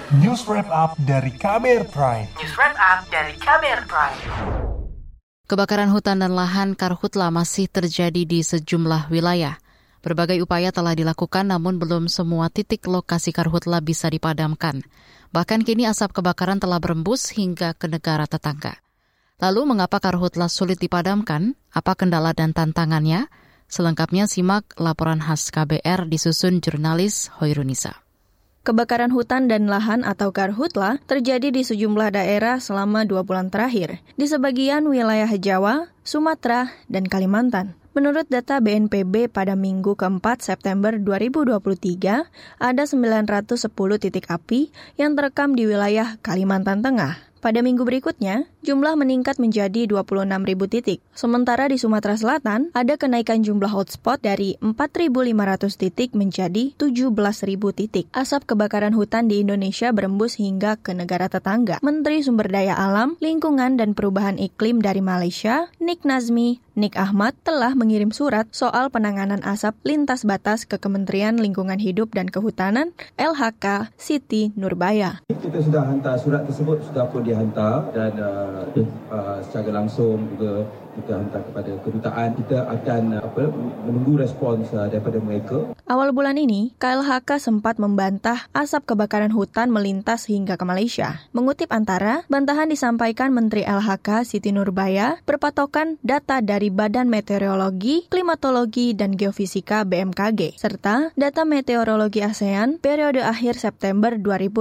News Wrap Up dari KBR Prime. Kebakaran hutan dan lahan karhutla masih terjadi di sejumlah wilayah. Berbagai upaya telah dilakukan namun belum semua titik lokasi karhutla bisa dipadamkan. Bahkan kini asap kebakaran telah berembus hingga ke negara tetangga. Lalu mengapa karhutla sulit dipadamkan? Apa kendala dan tantangannya? Selengkapnya simak laporan khas KBR disusun jurnalis Hoirunisa. Kebakaran hutan dan lahan atau karhutla terjadi di sejumlah daerah selama 2 bulan terakhir, di sebagian wilayah Jawa, Sumatera, dan Kalimantan. Menurut data BNPB pada Minggu ke-4 September 2023, ada 910 titik api yang terekam di wilayah Kalimantan Tengah. Pada minggu berikutnya, jumlah meningkat menjadi 26.000 titik. Sementara di Sumatera Selatan, ada kenaikan jumlah hotspot dari 4.500 titik menjadi 17.000 titik. Asap kebakaran hutan di Indonesia berembus hingga ke negara tetangga. Menteri Sumber Daya Alam, Lingkungan dan Perubahan Iklim dari Malaysia, Nik Ahmad, telah mengirim surat soal penanganan asap lintas batas ke Kementerian Lingkungan Hidup dan Kehutanan, LHK, Siti Nurbaya. Kita sudah hantar surat tersebut, sudah pun dihantar dan secara langsung juga kita hantar kepada kedutaan. Kita akan menunggu respons daripada mereka. Awal bulan ini, KLHK sempat membantah asap kebakaran hutan melintas hingga ke Malaysia. Mengutip Antara, bantahan disampaikan Menteri LHK Siti Nurbaya berpatokan data dari Badan Meteorologi, Klimatologi, dan Geofisika BMKG, serta data meteorologi ASEAN periode akhir September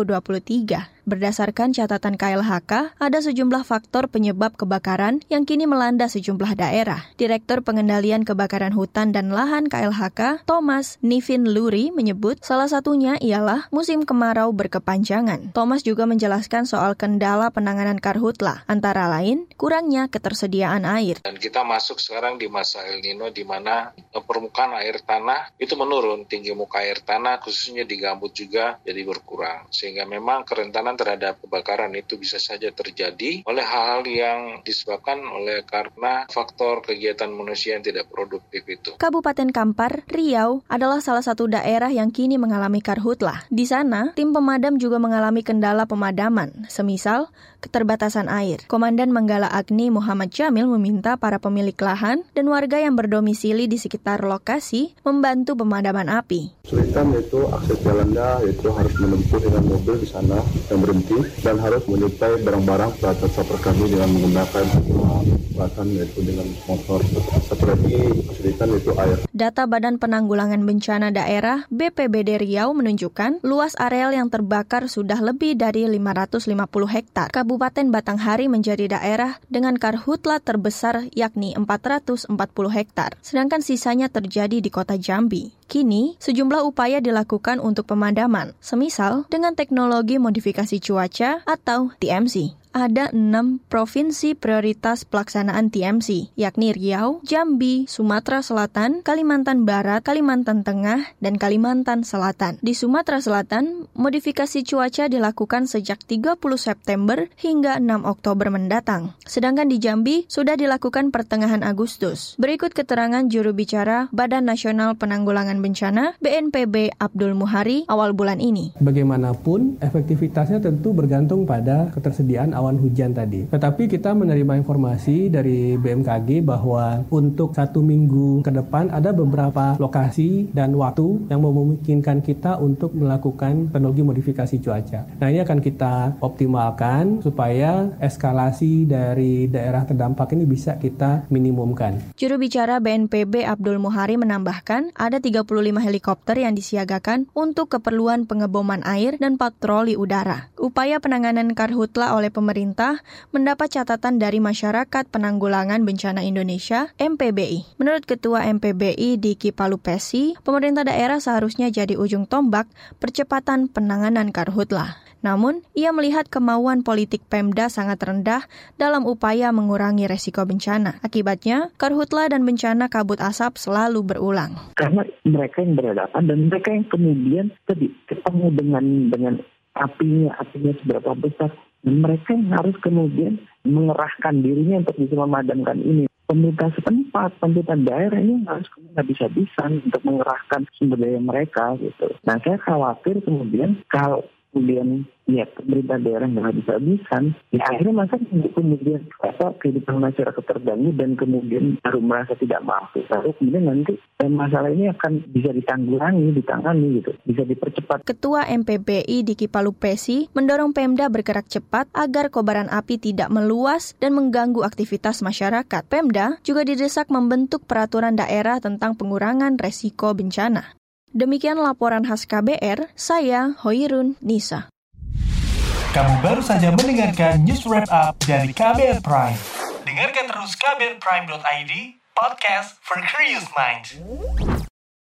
2023. Berdasarkan catatan KLHK, ada sejumlah faktor penyebab kebakaran yang kini melanda sejumlah daerah. Direktur Pengendalian Kebakaran Hutan dan Lahan KLHK, Thomas Nivin Luri, menyebut salah satunya ialah musim kemarau berkepanjangan. Thomas juga menjelaskan soal kendala penanganan karhutla, antara lain kurangnya ketersediaan air. Dan kita masuk sekarang di masa El Nino di mana permukaan air tanah itu menurun, tinggi muka air tanah khususnya di gambut juga jadi berkurang. Sehingga memang kerentanan terhadap kebakaran itu bisa saja terjadi oleh hal-hal yang disebabkan oleh karena faktor kegiatan manusia yang tidak produktif itu. Kabupaten Kampar, Riau adalah salah satu daerah yang kini mengalami karhutla. Di sana, tim pemadam juga mengalami kendala pemadaman, semisal keterbatasan air. Komandan Manggala Agni Muhammad Jamil meminta para pemilik lahan dan warga yang berdomisili di sekitar lokasi membantu pemadaman api. Kesulitan yaitu akses jalannya, yaitu harus menempuh dengan mobil di sana yang berhenti dan harus menyuplai barang-barang peralatan saper kami dengan menggunakan peralatan yaitu dengan motor. Satu lagi kesulitan yaitu air. Data Badan Penanggulangan Bencana Daerah BPBD Riau menunjukkan luas areal yang terbakar sudah lebih dari 550 hektar. Kabupaten Batanghari menjadi daerah dengan karhutla terbesar yakni 440 hektar, sedangkan sisanya terjadi di kota Jambi. Kini, sejumlah upaya dilakukan untuk pemadaman, semisal dengan teknologi modifikasi cuaca atau TMC. Ada 6 provinsi prioritas pelaksanaan TMC, yakni Riau, Jambi, Sumatera Selatan, Kalimantan Barat, Kalimantan Tengah, dan Kalimantan Selatan. Di Sumatera Selatan, modifikasi cuaca dilakukan sejak 30 September hingga 6 Oktober mendatang. Sedangkan di Jambi sudah dilakukan pertengahan Agustus. Berikut keterangan juru bicara Badan Nasional Penanggulangan Bencana BNPB Abdul Muhari awal bulan ini. Bagaimanapun, efektivitasnya tentu bergantung pada ketersediaan awan hujan tadi. Tetapi kita menerima informasi dari BMKG bahwa untuk 1 minggu ke depan ada beberapa lokasi dan waktu yang memungkinkan kita untuk melakukan teknologi modifikasi cuaca. Nah, ini akan kita optimalkan supaya eskalasi dari daerah terdampak ini bisa kita minimumkan. Juru bicara BNPB Abdul Muhari menambahkan ada 35 helikopter yang disiagakan untuk keperluan pengeboman air dan patroli udara. Upaya penanganan karhutla oleh pemerintah mendapat catatan dari Masyarakat Penanggulangan Bencana Indonesia (MPBI). Menurut Ketua MPBI Diki Palupesi, pemerintah daerah seharusnya jadi ujung tombak percepatan penanganan karhutla. Namun, ia melihat kemauan politik Pemda sangat rendah dalam upaya mengurangi resiko bencana. Akibatnya, karhutla dan bencana kabut asap selalu berulang. Karena mereka yang berhadapan dan mereka yang kemudian ketemu dengan apinya seberapa besar. Dan mereka yang harus kemudian mengerahkan dirinya untuk bisa memadamkan ini. Pemerintah setempat, pemerintah daerah ini harus habis-habisan untuk mengerahkan sumber daya mereka gitu. Nah, saya khawatir kemudian kalau kemudian ya pemerintah daerah nggak habis-habisan, ya akhirnya masa kemudian kehidupan masyarakat terganggu dan kemudian baru merasa tidak mampu, lalu kemudian nanti masalah ini akan bisa ditangani gitu, bisa dipercepat. Ketua MPBI Diki Palupesi mendorong Pemda bergerak cepat agar kobaran api tidak meluas dan mengganggu aktivitas masyarakat. Pemda juga didesak membentuk peraturan daerah tentang pengurangan resiko bencana. Demikian laporan khas KBR, saya Hoirun Nisa. Kamu baru saja mendengarkan News Wrap Up dari KBR Prime. Dengarkan terus kbrprime.id, podcast for curious minds.